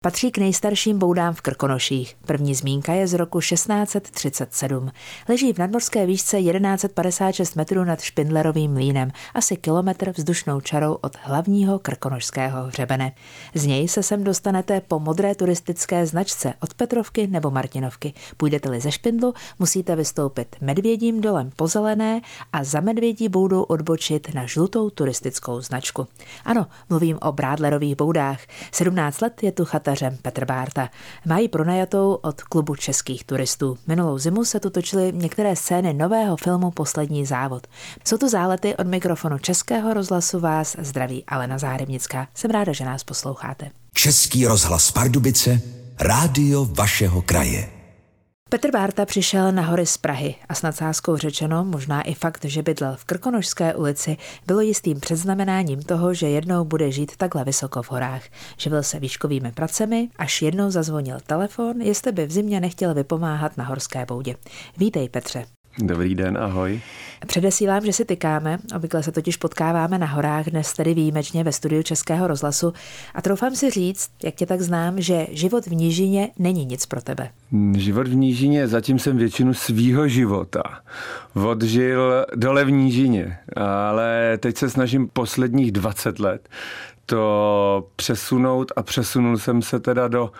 Patří k nejstarším boudám v Krkonoších. První zmínka je z roku 1637. Leží v nadmořské výšce 1156 metrů nad Špindlerovým mlýnem, asi kilometr vzdušnou čarou od hlavního krkonošského hřebene. Z něj se sem dostanete po modré turistické značce od Petrovky nebo Martinovky. Půjdete-li ze Špindlu, musíte vystoupit Medvědím dolem po zelené a za Medvědí boudou odbočit na žlutou turistickou značku. Ano, mluvím o Brádlerových boudách. 17 let je tu chata Petr Bárta. Mají pronajatou od klubu českých turistů. Minulou zimu se tu točily některé scény nového filmu Poslední závod. Jsou to zálety. Od mikrofonu Českého rozhlasu vás zdraví Alena Záhrebnická. Jsem ráda, že nás posloucháte. Český rozhlas Pardubice, rádio vašeho kraje. Petr Bárta přišel na hory z Prahy a s nadsázkou řečeno, možná i fakt, že bydlel v Krkonošské ulici, bylo jistým předznamenáním toho, že jednou bude žít takhle vysoko v horách. Živil se výškovými pracemi, až jednou zazvonil telefon, jestli by v zimě nechtěl vypomáhat na horské boudě. Vítej, Petře. Dobrý den, ahoj. Předesílám, že si tykáme, obvykle se totiž potkáváme na horách, dnes tedy výjimečně ve studiu Českého rozhlasu a troufám si říct, jak tě tak znám, že život v nížině není nic pro tebe. Život v nížině, zatím jsem většinu svýho života odžil dole v nížině, ale teď se snažím posledních 20 let to přesunout a přesunul jsem se teda do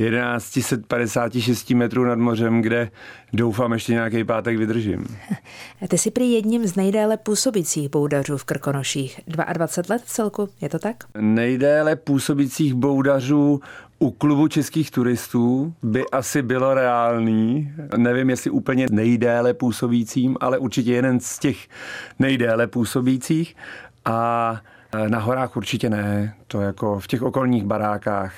1156 metrů nad mořem, kde doufám ještě nějaký pátek vydržím. Ty jsi prý jedním z nejdéle působících boudařů v Krkonoších. 22 let v celku, je to tak? Nejdéle působících boudařů u klubu českých turistů by asi bylo reálný. Nevím, jestli úplně nejdéle působícím, ale určitě jeden z těch nejdéle působících. A na horách určitě ne. To jako v těch okolních barákách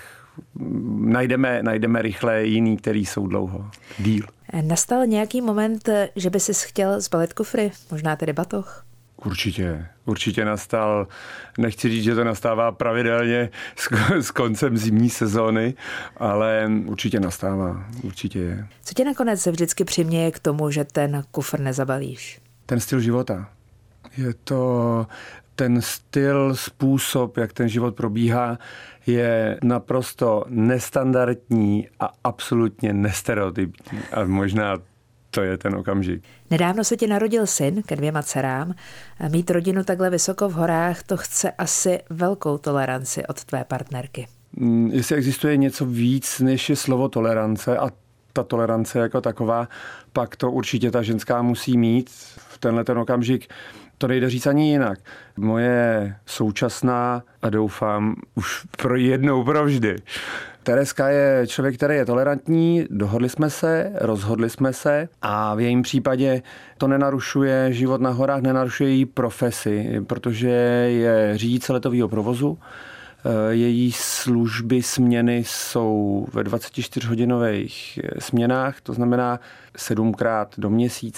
najdeme rychle jiný, který jsou dlouho. Díl. Nastal nějaký moment, že by si chtěl zbalit kufry? Možná tedy batoh? Určitě nastal. Nechci říct, že to nastává pravidelně s koncem zimní sezóny, ale určitě nastává. Určitě je. Co tě nakonec se vždycky přiměje k tomu, že ten kufr nezabalíš? Ten styl života. Je to ten styl, způsob, jak ten život probíhá, je naprosto nestandardní a absolutně nestereotypní. A možná to je ten okamžik. Nedávno se ti narodil syn ke 2 dcerám. Mít rodinu takhle vysoko v horách, to chce asi velkou toleranci od tvé partnerky. Jestli existuje něco víc, než je slovo tolerance a ta tolerance jako taková, pak to určitě ta ženská musí mít v tenhle ten okamžik. To nejde říct ani jinak. Moje současná a doufám už jednou provždy. Tereska je člověk, který je tolerantní, dohodli jsme se, rozhodli jsme se a v jejím případě to nenarušuje život na horách, nenarušuje její profesi, protože je řidič letového provozu. Její služby, směny jsou ve 24-hodinových směnách, to znamená 7krát do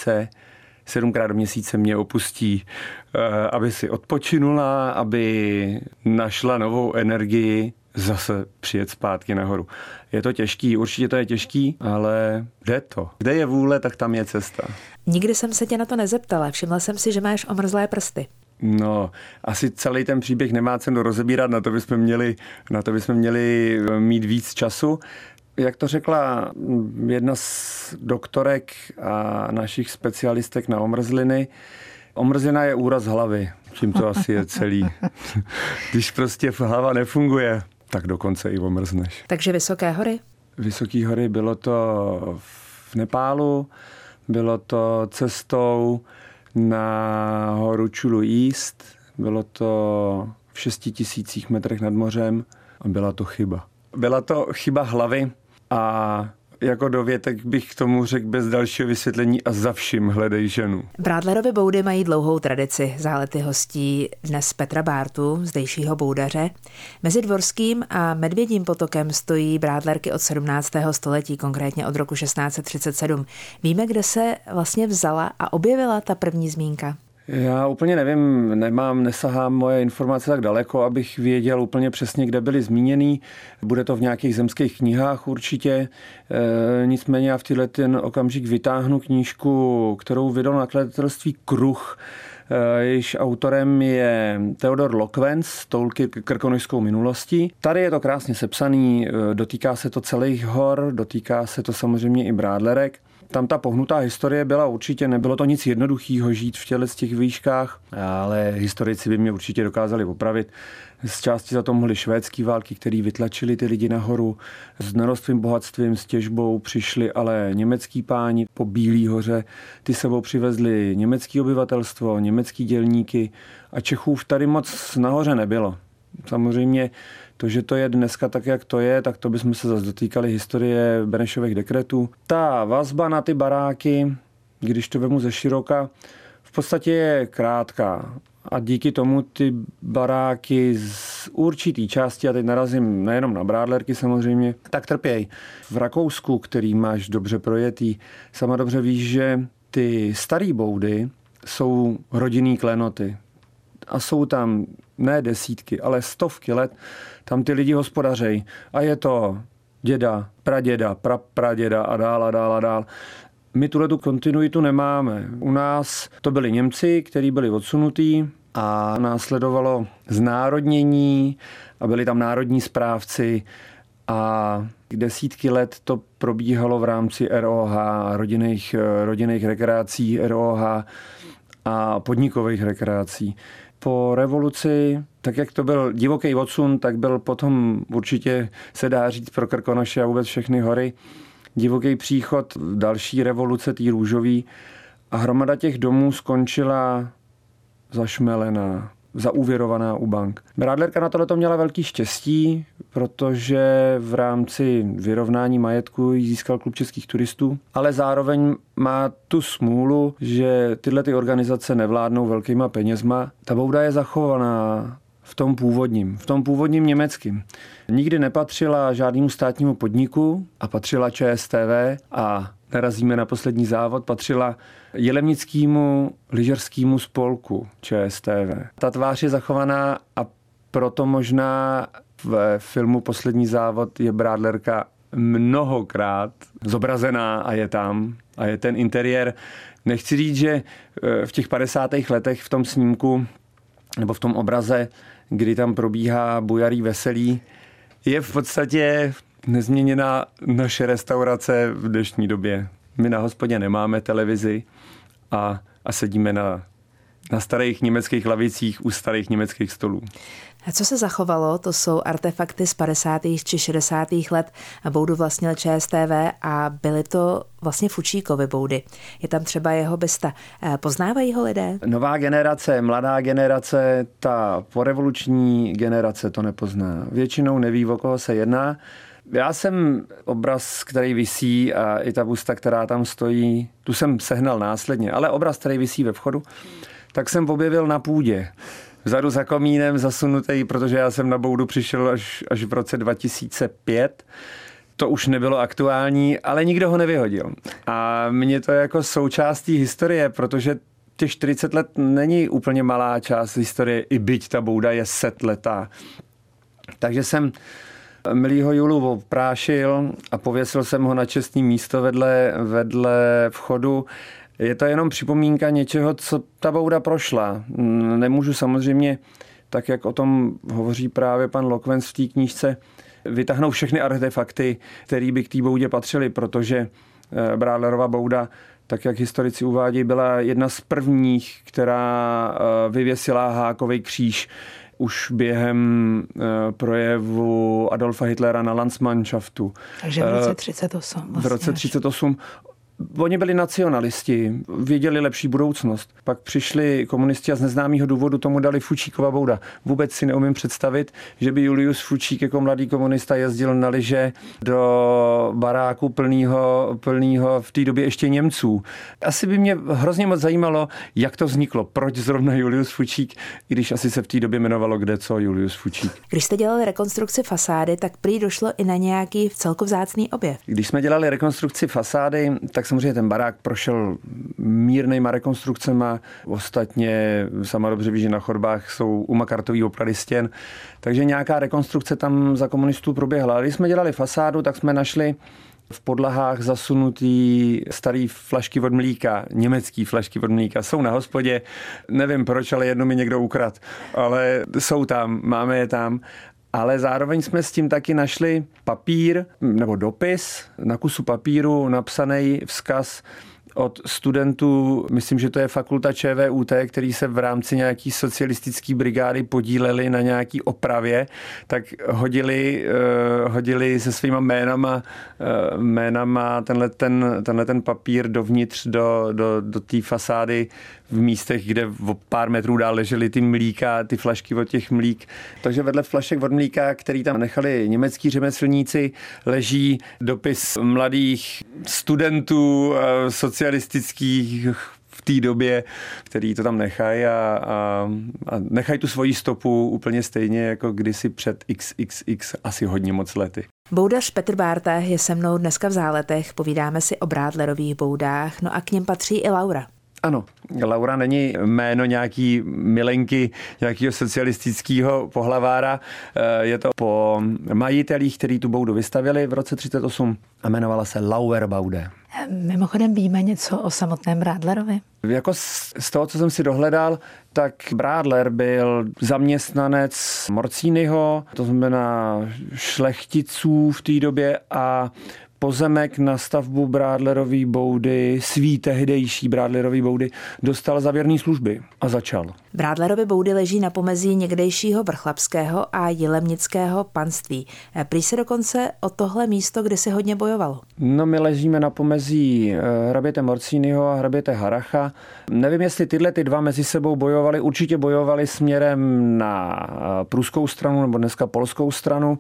měsíce mě opustí, aby si odpočinula, aby našla novou energii, zase přijet zpátky nahoru. Je to těžký, určitě to je těžký, ale jde to. Kde je vůle, tak tam je cesta. Nikdy jsem se tě na to nezeptala, všimla jsem si, že máš omrzlé prsty. No, asi celý ten příběh nemá cenu rozebírat, na to bychom měli mít víc času. Jak to řekla jedna z doktorek a našich specialistek na omrzliny, omrzlina je úraz hlavy, čím to asi je celý. Když prostě hlava nefunguje, tak dokonce i omrzneš. Takže vysoké hory? Vysoké hory, bylo to v Nepálu, bylo to cestou na horu Chulu East, bylo to v 6000 metrech nad mořem a byla to chyba. Byla to chyba hlavy a jako dovětek bych k tomu řekl bez dalšího vysvětlení a za vším hledej ženu. Brádlerovy boudy mají dlouhou tradici. Zálety hostí dnes Petra Bártu, zdejšího boudaře. Mezi Dvorským a Medvědím potokem stojí brádlerky od 17. století, konkrétně od roku 1637. Víme, kde se vlastně vzala a objevila ta první zmínka? Já úplně nevím, nesahám moje informace tak daleko, abych věděl úplně přesně, kde byly zmíněný. Bude to v nějakých zemských knihách určitě. Nicméně já v ten okamžik vytáhnu knížku, kterou vydal nakladatelství Kruh jejíž autorem je Theodor Lockwenz s tou krkonošskou minulostí. Tady je to krásně sepsaný, dotýká se to celých hor, dotýká se to samozřejmě i Brádlerek. Tam ta pohnutá historie byla určitě, nebylo to nic jednoduchého žít v těch výškách, ale historici by mě určitě dokázali opravit. Z části za to mohly švédské války, které vytlačili ty lidi nahoru. S nerostlým bohatstvím, s těžbou přišli ale německý páni po Bílý hoře. Ty sebou přivezli německé obyvatelstvo, německý dělníky a Čechů tady moc nahoře nebylo. Samozřejmě to, že to je dneska tak, jak to je, tak to bychom se zase dotýkali historie Benešových dekretů. Ta vazba na ty baráky, když to vemu ze široka, v podstatě je krátká. A díky tomu ty baráky z určitý části, a teď narazím nejenom na Brádlerky samozřejmě, tak trpěj. V Rakousku, který máš dobře projetý, sama dobře víš, že ty starý boudy jsou rodinný klenoty. A jsou tam ne desítky, ale stovky let, tam ty lidi hospodařejí. A je to děda, praděda, prapraděda a dál a dál a dál. My tuhletu kontinuitu nemáme. U nás to byli Němci, kteří byli odsunutí a následovalo znárodnění a byli tam národní správci a desítky let to probíhalo v rámci ROH, rodinných rekreací ROH a podnikových rekreací. Po revoluci, tak jak to byl divoký odsun, tak byl potom určitě, se dá říct, pro Krkonoše a vůbec všechny hory, divoký příchod další revoluce, tý růžový, a hromada těch domů skončila zašmelená, zaúvěrovaná u bank. Brádlerka na tohleto měla velký štěstí, protože v rámci vyrovnání majetku jí získal Klub českých turistů, ale zároveň má tu smůlu, že tyhle ty organizace nevládnou velkýma penězma. Ta bouda je zachovaná v tom původním německým. Nikdy nepatřila žádnému státnímu podniku a patřila ČSTV a narazíme na poslední závod, patřila Jilemnickému lyžařskému spolku ČSTV. Ta tvář je zachovaná a proto možná v filmu Poslední závod je Brádlerka mnohokrát zobrazená a je tam. A je ten interiér. Nechci říct, že v těch 50. letech v tom snímku nebo v tom obraze, kdy tam probíhá bujarý veselí, je v podstatě nezměněná naše restaurace v dnešní době. My na hospodě nemáme televizi a sedíme na starých německých lavicích u starých německých stolů. A co se zachovalo, to jsou artefakty z 50. či 60. let. Boudu vlastnil ČSTV a byly to vlastně Fučíkovy boudy. Je tam třeba jeho bysta. Poznávají ho lidé? Nová generace, mladá generace, ta porevoluční generace to nepozná. Většinou neví, o koho se jedná. Já jsem obraz, který visí, a i ta busta, která tam stojí, tu jsem sehnal následně, ale obraz, který visí ve vchodu, tak jsem objevil na půdě. Vzadu za komínem zasunutý, protože já jsem na boudu přišel až v roce 2005. To už nebylo aktuální, ale nikdo ho nevyhodil. A mě to jako součástí historie, protože těch 40 let není úplně malá část historie, i byť ta bouda je 100 letá. Takže jsem milýho Julu oprášil a pověsil jsem ho na čestné místo vedle vchodu. Je to jenom připomínka něčeho, co ta bouda prošla. Nemůžu samozřejmě, tak jak o tom hovoří právě pan Lockwenz v té knížce, vytáhnout všechny artefakty, které by k té boudě patřily, protože Brádlerova bouda, tak jak historici uvádějí, byla jedna z prvních, která vyvěsila hákový kříž už během projevu Adolfa Hitlera na Landsmannschaftu. Takže v roce 38. V roce 38. Oni byli nacionalisti, věděli lepší budoucnost. Pak přišli komunisti a z neznámého důvodu tomu dali Fučíkova bouda. Vůbec si neumím představit, že by Julius Fučík jako mladý komunista jezdil na lyže do baráku plnýho v té době ještě Němců. Asi by mě hrozně moc zajímalo, jak to vzniklo. Proč zrovna Julius Fučík, i když asi se v té době jmenovalo kde co Julius Fučík. Když jste dělali rekonstrukci fasády, tak prý došlo i na nějaký vcelku vzácný objev. Když jsme dělali rekonstrukci fasády, tak samozřejmě ten barák prošel mírnejma rekonstrukcema. Ostatně sama dobře ví, že na chodbách jsou umakartový oprady stěn. Takže nějaká rekonstrukce tam za komunistů proběhla. Ale když jsme dělali fasádu, tak jsme našli v podlahách zasunutý starý flašky od mlíka, německý flašky od mlíka. Jsou na hospodě, nevím proč, ale jedno mi někdo ukradl, ale jsou tam, máme je tam. Ale zároveň jsme s tím taky našli papír nebo dopis na kusu papíru napsaný vzkaz od studentů, myslím, že to je fakulta ČVUT, který se v rámci nějaký socialistický brigády podíleli na nějaký opravě, tak hodili se svýma jménama tenhle ten papír dovnitř do té fasády v místech, kde o pár metrů dál ležely ty mlíka, ty flašky od těch mlík. Takže vedle flašek od mlíka, který tam nechali německý řemeslníci, leží dopis mladých studentů socialistických v té době, který to tam nechají a nechají tu svoji stopu úplně stejně jako kdysi před XXX asi hodně moc lety. Boudař Petr Bárta je se mnou dneska v Záletech, povídáme si o Brádlerových boudách, no a k něm patří i Laura. Ano, Laura není jméno nějaký milenky, nějakého socialistického pohlavára. Je to po majitelích, který tu boudu vystavili v roce 1938 a jmenovala se Lauerbaude. Mimochodem víme něco o samotném Brádlerovi? Jako z toho, co jsem si dohledal, tak Brádler byl zaměstnanec Morcínyho, to znamená šlechticů v té době a pozemek na stavbu Brádlerový boudy, svý tehdejší Brádlerový boudy, dostal za věrný služby a začal. Brádlerovy boudy leží na pomezí někdejšího vrchlabského a jilemnického panství. Prý se dokonce o tohle místo kdysi hodně bojovalo. No, my ležíme na pomezí hraběte Morcínyho a hraběte Haracha. Nevím, jestli tyhle ty dva mezi sebou bojovali. Určitě bojovali směrem na pruskou stranu nebo dneska polskou stranu.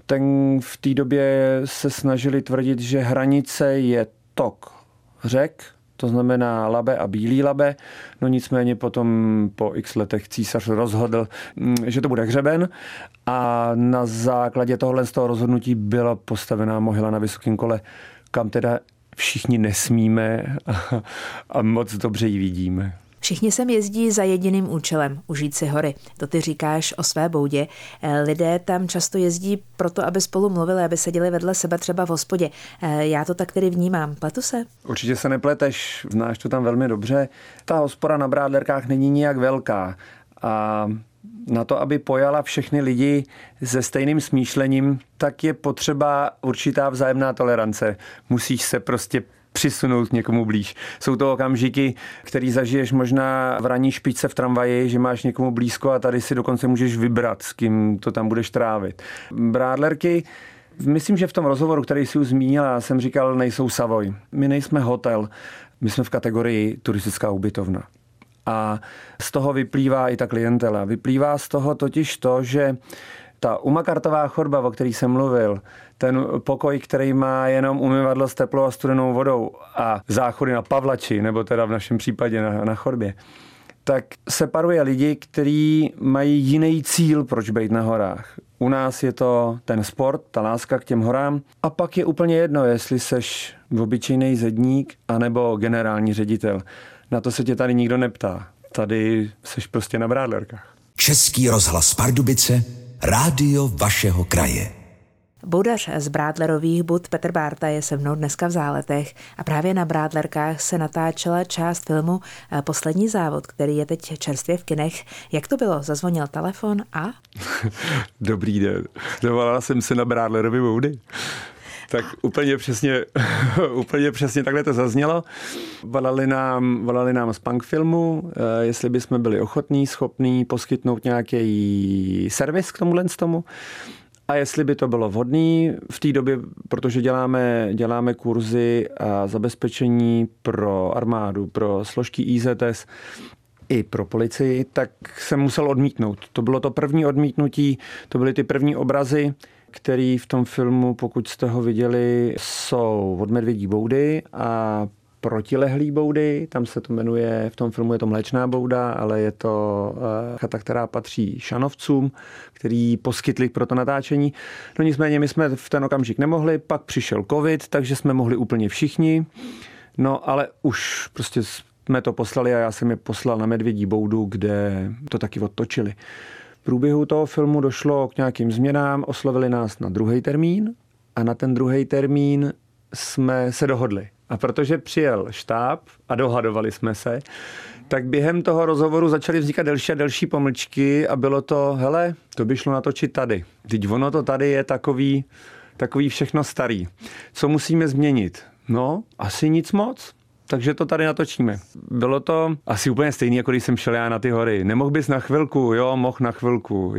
V té době se snažili tvrdit, že hranice je tok řek, to znamená Labe a Bílý Labe. No nicméně potom po x letech císař rozhodl, že to bude hřeben a na základě tohohle z toho rozhodnutí byla postavená mohyla na Vysokém Kole, kam teda všichni nesmíme a moc dobře ji vidíme. Všichni sem jezdí za jediným účelem, užít si hory. To ty říkáš o své boudě. Lidé tam často jezdí proto, aby spolu mluvili, aby seděli vedle sebe třeba v hospodě. Já to tak tedy vnímám. Pletu se? Určitě se nepleteš, znáš to tam velmi dobře. Ta hospoda na Brádlerkách není nijak velká a na to, aby pojala všechny lidi se stejným smýšlením, tak je potřeba určitá vzájemná tolerance. Musíš se prostě přisunout někomu blíž. Jsou to okamžiky, který zažiješ možná v ranní špičce v tramvaji, že máš někomu blízko a tady si dokonce můžeš vybrat, s kým to tam budeš trávit. Brádlerky, myslím, že v tom rozhovoru, který si už zmínila, jsem říkal, nejsou Savoy. My nejsme hotel, my jsme v kategorii turistická ubytovna. A z toho vyplývá i ta klientela. Vyplývá z toho totiž to, že ta umakartová chodba, o který jsem mluvil, ten pokoj, který má jenom umyvadlo s teplou a studenou vodou a záchody na Pavlači, nebo teda v našem případě na chodbě, tak separuje lidi, kteří mají jiný cíl, proč být na horách. U nás je to ten sport, ta láska k těm horám a pak je úplně jedno, jestli seš obyčejný zedník anebo generální ředitel. Na to se tě tady nikdo neptá. Tady seš prostě na Brádlerkách. Český rozhlas Pardubice, rádio vašeho kraje. Boudař z Brádlerových bud Petr Bárta je se mnou dneska v Záletech a právě na Brádlerkách se natáčela část filmu Poslední závod, který je teď čerstvě v kinech. Jak to bylo? Zazvonil telefon a? Dobrý den. Dovolala jsem se na Brádlerovy boudy. Tak úplně přesně takhle to zaznělo. Volali nám z punk filmu, jestli bychom byli schopní poskytnout nějaký servis k tomu. A jestli by to bylo vhodné v té době, protože děláme kurzy a zabezpečení pro armádu, pro složky IZS i pro policii, tak jsem musel odmítnout. To bylo to první odmítnutí, to byly ty první obrazy, který v tom filmu, pokud jste ho viděli, jsou od Medvědí boudy a protilehlý boudy, tam se to jmenuje, v tom filmu je to Mléčná bouda, ale je to chata, která patří Šanovcům, který poskytli pro to natáčení. No nicméně my jsme v ten okamžik nemohli, pak přišel covid, takže jsme mohli úplně všichni, no ale už prostě jsme to poslali a já jsem je poslal na Medvědí boudu, kde to taky odtočili. V průběhu toho filmu došlo k nějakým změnám, oslovili nás na druhý termín a na ten druhý termín jsme se dohodli. A protože přijel štáb a dohadovali jsme se, tak během toho rozhovoru začaly vznikat delší a delší pomlčky a bylo to, hele, to by šlo natočit tady. Teď ono to tady je takový všechno starý. Co musíme změnit? No, asi nic moc. Takže to tady natočíme. Bylo to asi úplně stejné, jako když jsem šel já na ty hory. Nemohl bys na chvilku? Jo, mohl na chvilku.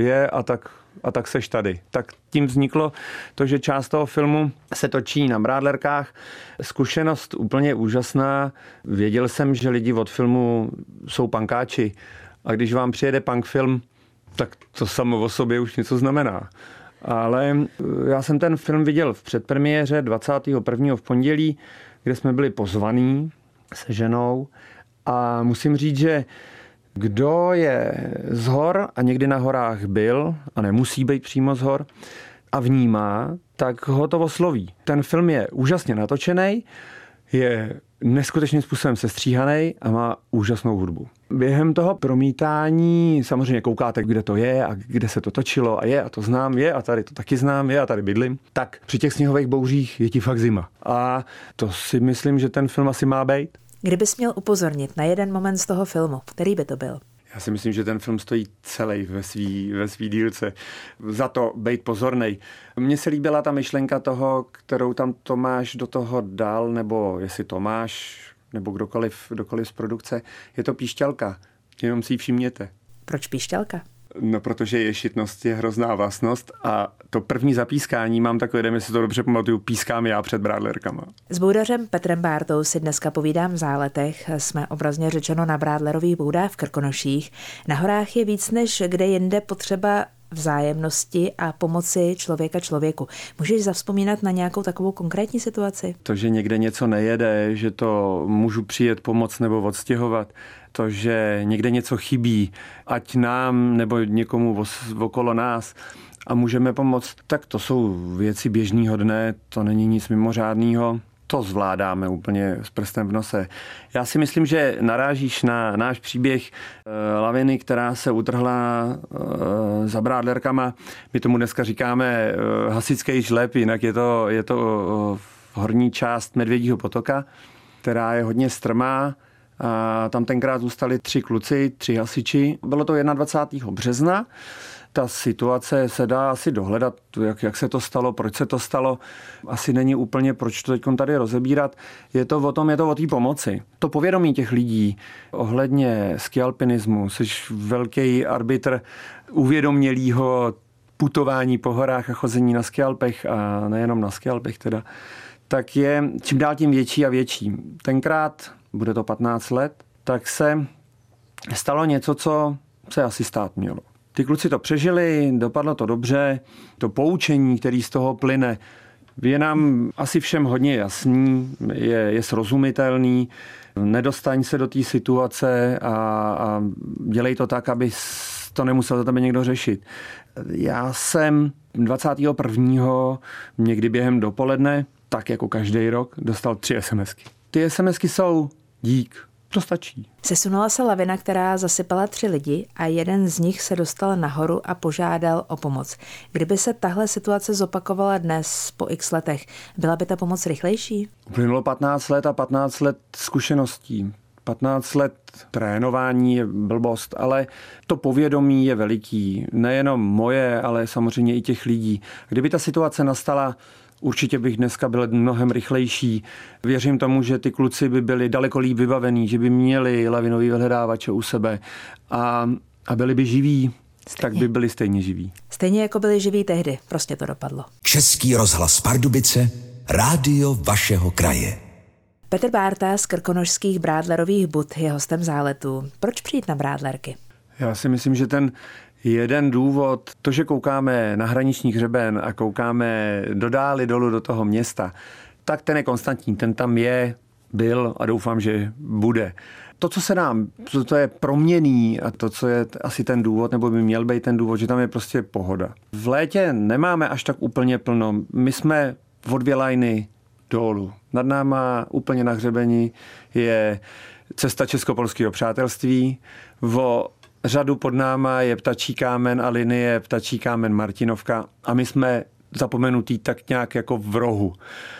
A tak seš tady. Tak tím vzniklo to, že část toho filmu se točí na Brádlerkách. Zkušenost úplně úžasná. Věděl jsem, že lidi od filmu jsou punkáči. A když vám přijede punk film, tak to samo o sobě už něco znamená. Ale já jsem ten film viděl v předpremiéře 21. v pondělí, kde jsme byli pozvaní se ženou a musím říct, že kdo je z hor a někdy na horách byl a nemusí být přímo z hor a vnímá, tak ho to osloví. Ten film je úžasně natočený, je neskutečným způsobem sestříhaný a má úžasnou hudbu. Během toho promítání samozřejmě koukáte, kde to je a kde se to točilo a to znám, a tady to taky znám, a tady bydlím. Tak při těch sněhových bouřích je ti fakt zima. A to si myslím, že ten film asi má být. Kdybys měl upozornit na jeden moment z toho filmu, který by to byl? Já si myslím, že ten film stojí celý ve svý dílce. Za to být pozornej. Mně se líbila ta myšlenka toho, kterou tam Tomáš do toho dal, nebo jestli Tomáš, nebo kdokoliv z produkce, je to píšťalka. Jenom si ji všimněte. Proč píšťalka? No, protože ješitnost je hrozná vlastnost a to první zapískání, mám takové, jestli si to dobře pamatuju, pískám já před Brádlerkama. S boudařem Petrem Bártou si dneska povídám v záletech. Jsme obrazně řečeno na Brádlerových boudách v Krkonoších. Na horách je víc než kde jinde potřeba vzájemnosti a pomoci člověka člověku. Můžeš zavzpomínat na nějakou takovou konkrétní situaci? To, že někde něco nejede, že to můžu přijet pomoct nebo odstěhovat, to, že někde něco chybí, ať nám nebo někomu okolo nás a můžeme pomoct, tak to jsou věci běžného dne, to není nic mimořádného. To zvládáme úplně s prstem v nose. Já si myslím, že narážíš na náš příběh laviny, která se utrhla za Brádlerkama. My tomu dneska říkáme hasičský žleb, jinak je to horní část Medvědího potoka, která je hodně strmá. A tam tenkrát zůstali 3 kluci, 3 hasiči. Bylo to 21. března. Ta situace se dá asi dohledat, jak se to stalo, proč se to stalo. Asi není úplně, proč to teď tady rozebírat. Je to o té pomoci. To povědomí těch lidí ohledně skialpinismu, jsi velký arbitr uvědomělýho putování po horách a chození na skialpech a nejenom na skialpech teda, tak je čím dál tím větší a větší. Tenkrát, bude to 15 let, tak se stalo něco, co se asi stát mělo. Ty kluci to přežili, dopadlo to dobře, to poučení, který z toho plyne, je nám asi všem hodně jasný, je srozumitelný, nedostaň se do té situace a dělej to tak, aby to nemusel za tebe někdo řešit. Já jsem 21. někdy během dopoledne, tak jako každý rok, dostal 3 SMSky. Ty SMSky jsou dík. To stačí. Sesunula se lavina, která zasypala 3 lidi a jeden z nich se dostal nahoru a požádal o pomoc. Kdyby se tahle situace zopakovala dnes po x letech, byla by ta pomoc rychlejší? Uplynulo 15 let a 15 let zkušeností. 15 let trénování je blbost, ale to povědomí je veliký. Nejenom moje, ale samozřejmě i těch lidí. Kdyby ta situace nastala, určitě bych dneska byl mnohem rychlejší. Věřím tomu, že ty kluci by byli daleko líp vybavení, že by měli lavinový vyhledávače u sebe a byli by živí, tak by byli stejně živí. Stejně jako byli živí tehdy, prostě to dopadlo. Český rozhlas Pardubice, rádio vašeho kraje. Petr Bárta z krkonošských Brádlerových bud je hostem záletu. Proč přijít na Brádlerky? Já si myslím, že ten jeden důvod, to, že koukáme na hraniční hřeben a koukáme dolů do toho města, tak ten je konstantní, ten tam byl a doufám, že bude. To, co se nám, to je proměnný a to, co je asi ten důvod, nebo by měl být ten důvod, že tam je prostě pohoda. V létě nemáme až tak úplně plno. My jsme o 2 lajny dolů. Nad náma úplně na hřebeni je cesta Českopolského přátelství. O řadu pod náma je Ptačí kámen a linie Ptačí kámen Martinovka a my jsme zapomenutý tak nějak jako v rohu.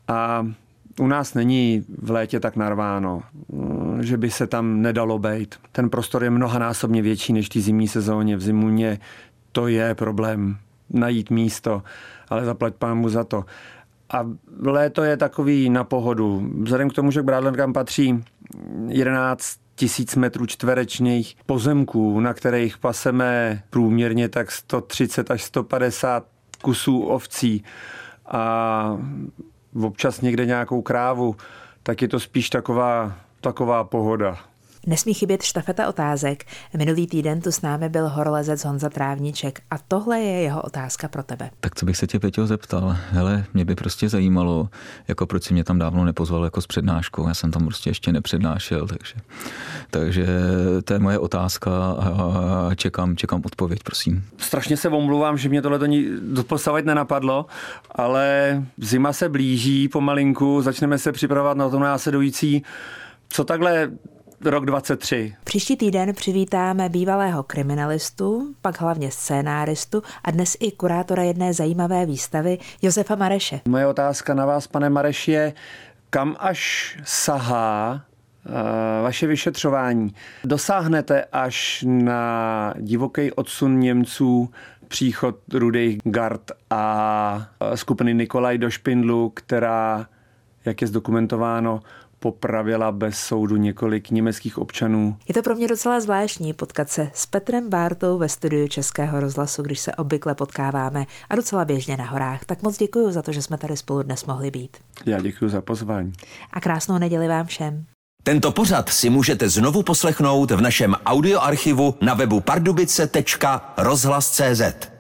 A u nás není v létě tak narváno, že by se tam nedalo bejt. Ten prostor je mnohanásobně větší než v té zimní sezóně. V zimuně to je problém najít místo, ale zaplať pánbu za to. A léto je takový na pohodu. Vzhledem k tomu, že k Brádlenkám patří 11 000 metrů čtverečních pozemků, na kterých paseme průměrně tak 130 až 150 kusů ovcí a občas někde nějakou krávu, tak je to spíš taková pohoda. Nesmí chybět štafeta otázek. Minulý týden tu s námi byl horolezec Honza Trávníček a tohle je jeho otázka pro tebe. Tak co bych se tě, Peťo, zeptal? Hele, mě by prostě zajímalo, jako proč si mě tam dávno nepozval jako s přednáškou. Já jsem tam prostě ještě nepřednášel, takže to je moje otázka a čekám odpověď, prosím. Strašně se omluvám, že mě tohle doposavat nenapadlo, ale zima se blíží pomalinku, začneme se připravovat na to následující. Co takhle rok 23. Příští týden přivítáme bývalého kriminalistu, pak hlavně scénáristu a dnes i kurátora jedné zajímavé výstavy Josefa Mareše. Moje otázka na vás, pane Mareš, je, kam až sahá vaše vyšetřování? Dosáhnete až na divoký odsun Němců, příchod Rudých gard a skupiny Nikolaj do Špindlu, která, jak je zdokumentováno, popravila bez soudu několik německých občanů. Je to pro mě docela zvláštní potkat se s Petrem Bártou ve studiu Českého rozhlasu, když se obvykle potkáváme a docela běžně na horách. Tak moc děkuji za to, že jsme tady spolu dnes mohli být. Já děkuji za pozvání. A krásnou neděli vám všem. Tento pořad si můžete znovu poslechnout v našem audioarchivu na webu pardubice.rozhlas.cz.